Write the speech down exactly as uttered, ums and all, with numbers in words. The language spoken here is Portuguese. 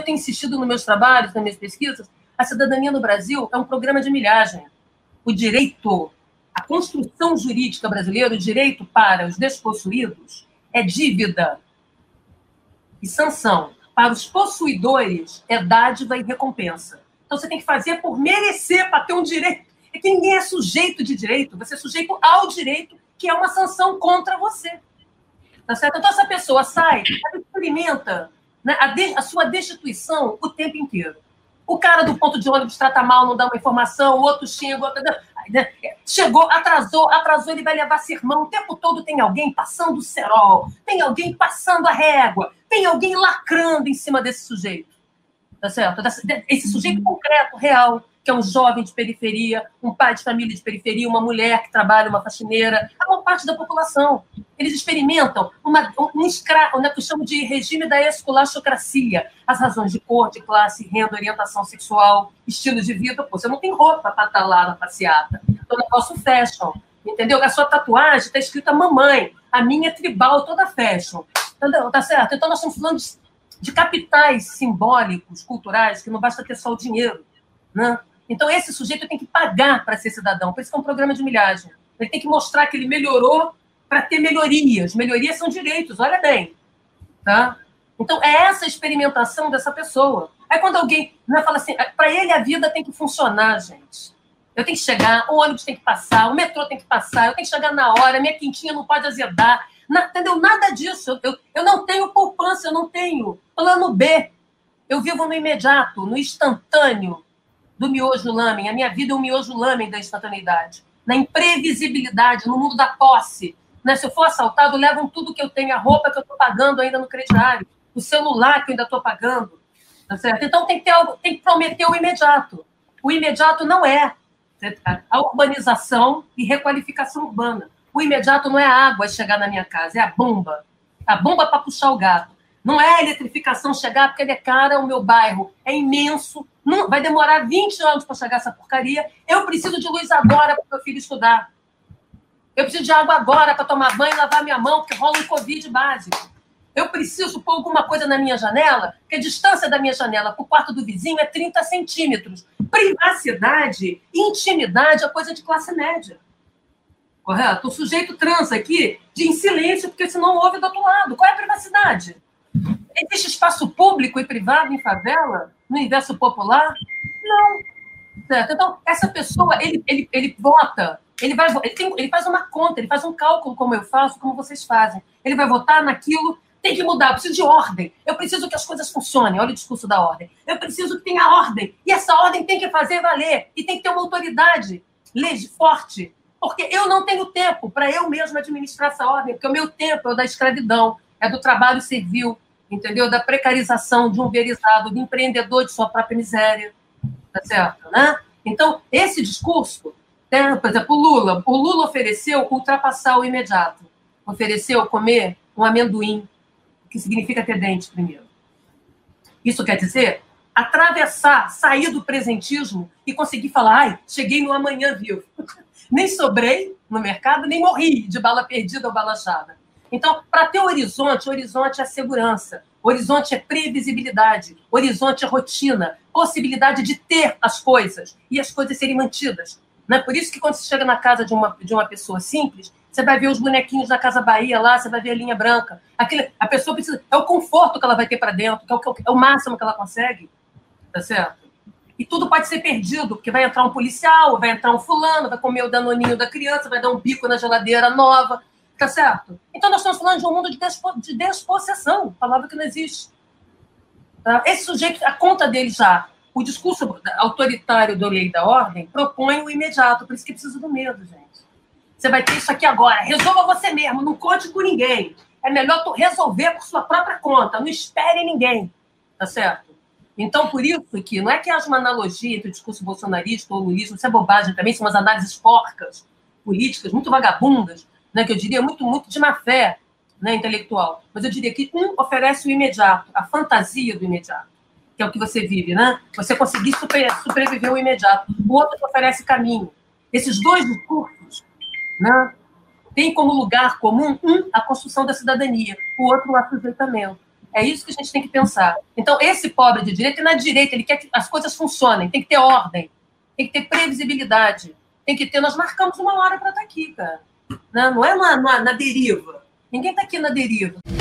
eu tenho insistido nos meus trabalhos, nas minhas pesquisas, a cidadania no Brasil é um programa de milhagem. O direito, a construção jurídica brasileira, o direito para os despossuídos, é dívida e sanção. Para os possuidores, é dádiva e recompensa. Então, você tem que fazer por merecer, para ter um direito. É que ninguém é sujeito de direito, você é sujeito ao direito, que é uma sanção contra você. Tá certo? Então, essa pessoa sai, ela experimenta, né, a, de, a sua destituição o tempo inteiro. O cara do ponto de ônibus trata mal, não dá uma informação, o outro xinga, o outro... Chegou, atrasou, atrasou, ele vai levar sermão. O tempo todo tem alguém passando o cerol, tem alguém passando a régua, tem alguém lacrando em cima desse sujeito. Tá certo? Esse sujeito concreto, real, que é um jovem de periferia, um pai de família de periferia, uma mulher que trabalha, uma faxineira, é uma parte da população. Eles experimentam uma, um escravo, né, que eu chamo de regime da esculachocracia. As razões de cor, de classe, renda, orientação sexual, estilo de vida. Pô, você não tem roupa para estar lá na passeata. Então, o negócio fashion, entendeu? A sua tatuagem está escrita mamãe, a minha é tribal, toda fashion. Entendeu? Tá certo? Então, nós estamos falando de, de capitais simbólicos, culturais, que não basta ter só o dinheiro, né? Então, esse sujeito tem que pagar para ser cidadão. Por isso que é um programa de milhagem. Ele tem que mostrar que ele melhorou para ter melhorias. Melhorias são direitos, olha bem. Tá? Então, é essa experimentação dessa pessoa. Aí, quando alguém né, fala assim, para ele a vida tem que funcionar, gente. Eu tenho que chegar, o ônibus tem que passar, o metrô tem que passar, eu tenho que chegar na hora, minha quentinha não pode azedar. Na, entendeu? Nada disso. Eu, eu não tenho poupança, eu não tenho plano B. Eu vivo no imediato, no instantâneo do miojo lamen. A minha vida é um miojo lamen da instantaneidade. Na imprevisibilidade, no mundo da posse. Né? Se eu for assaltado, levam tudo que eu tenho, a roupa que eu estou pagando ainda no crediário, o celular que eu ainda estou pagando. Tá certo? Então tem que ter algo, tem que prometer o imediato. O imediato não é a urbanização e requalificação urbana. O imediato não é a água chegar na minha casa, é a bomba. A bomba para puxar o gato. Não é a eletrificação chegar porque ele é cara, o meu bairro é imenso, não, vai demorar vinte anos para chegar essa porcaria. Eu preciso de luz agora para o meu filho estudar. Eu preciso de água agora para tomar banho e lavar minha mão, porque rola um Covid básico. Eu preciso pôr alguma coisa na minha janela, porque a distância da minha janela para o quarto do vizinho é trinta centímetros. Privacidade, intimidade é coisa de classe média. Correto? O sujeito transa aqui de em silêncio, porque senão ouve do outro lado. Qual é a privacidade? Existe espaço público e privado em favela? No universo popular? Não. Certo? Então, essa pessoa, ele, ele, ele vota, ele, vai, ele, tem, ele faz uma conta, ele faz um cálculo, como eu faço, como vocês fazem. Ele vai votar naquilo, tem que mudar, eu preciso de ordem. Eu preciso que as coisas funcionem. Olha o discurso da ordem. Eu preciso que tenha ordem. E essa ordem tem que fazer valer. E tem que ter uma autoridade forte. Porque eu não tenho tempo para eu mesma administrar essa ordem, porque o meu tempo é o da escravidão, é do trabalho servil, entendeu? Da precarização de um verizado, do empreendedor de sua própria miséria, tá certo, né? Então, esse discurso, né, por exemplo, o Lula, o Lula ofereceu ultrapassar o imediato, ofereceu comer um amendoim, que significa ter dente primeiro. Isso quer dizer atravessar, sair do presentismo e conseguir falar, ai, cheguei no amanhã vivo. Nem sobrei no mercado, nem morri de bala perdida ou bala achada. Então, para ter horizonte, horizonte é segurança, horizonte é previsibilidade, horizonte é rotina, possibilidade de ter as coisas e as coisas serem mantidas. Não é por isso que quando você chega na casa de uma, de uma pessoa simples, você vai ver os bonequinhos da Casa Bahia lá, você vai ver a linha branca. Aquele, a pessoa precisa... É o conforto que ela vai ter para dentro, que é o, é o máximo que ela consegue. Tá certo? E tudo pode ser perdido, porque vai entrar um policial, vai entrar um fulano, vai comer o danoninho da criança, vai dar um bico na geladeira nova, tá certo? Então nós estamos falando de um mundo de, despo, de despossessão, palavra que não existe. Tá? Esse sujeito, a conta dele já, o discurso autoritário da lei e da ordem propõe o imediato, por isso que precisa do medo, gente. Você vai ter isso aqui agora, resolva você mesmo, não conte com ninguém. É melhor tu resolver por sua própria conta, não espere ninguém, tá certo? Então, por isso que não é que haja uma analogia entre o discurso bolsonarista ou lulismo, isso é bobagem também, são umas análises porcas, políticas, muito vagabundas, né, que eu diria muito, muito de má fé, né, intelectual. Mas eu diria que um oferece o imediato, a fantasia do imediato, que é o que você vive, né? Você conseguir super, sobreviver ao imediato. O outro te oferece caminho. Esses dois discursos, né, têm como lugar comum, um, a construção da cidadania, o outro, o assujeitamento. É isso que a gente tem que pensar. Então, esse pobre de direita, e na direita, ele quer que as coisas funcionem, tem que ter ordem, tem que ter previsibilidade, tem que ter... Nós marcamos uma hora para estar aqui, cara. Não é na, na, na deriva. Ninguém está aqui na deriva.